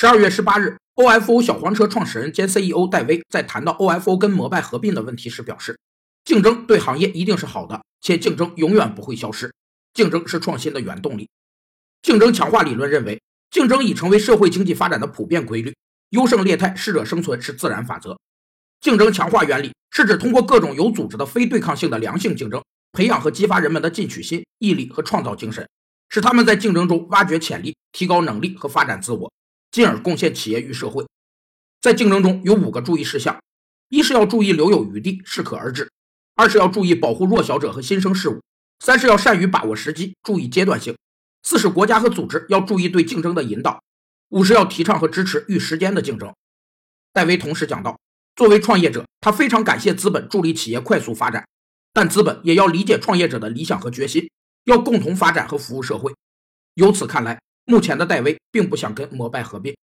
12月18日 ，OFO 小黄车创始人兼 CEO 戴威在谈到 OFO 跟摩拜合并的问题时表示，竞争对行业一定是好的，且竞争永远不会消失，竞争是创新的原动力。竞争强化理论认为，竞争已成为社会经济发展的普遍规律，优胜劣汰，适者生存是自然法则。竞争强化原理是指通过各种有组织的非对抗性的良性竞争，培养和激发人们的进取心、毅力和创造精神，使他们在竞争中挖掘潜力，提高能力和发展自我，进而贡献企业与社会。在竞争中有5个注意事项：一是要注意留有余地，适可而止；二是要注意保护弱小者和新生事物；三是要善于把握时机，注意阶段性；四是国家和组织要注意对竞争的引导；五是要提倡和支持遇时间的竞争。戴维同时讲到，作为创业者，他非常感谢资本助力企业快速发展，但资本也要理解创业者的理想和决心，要共同发展和服务社会。由此看来，目前的戴维并不想跟摩拜合并。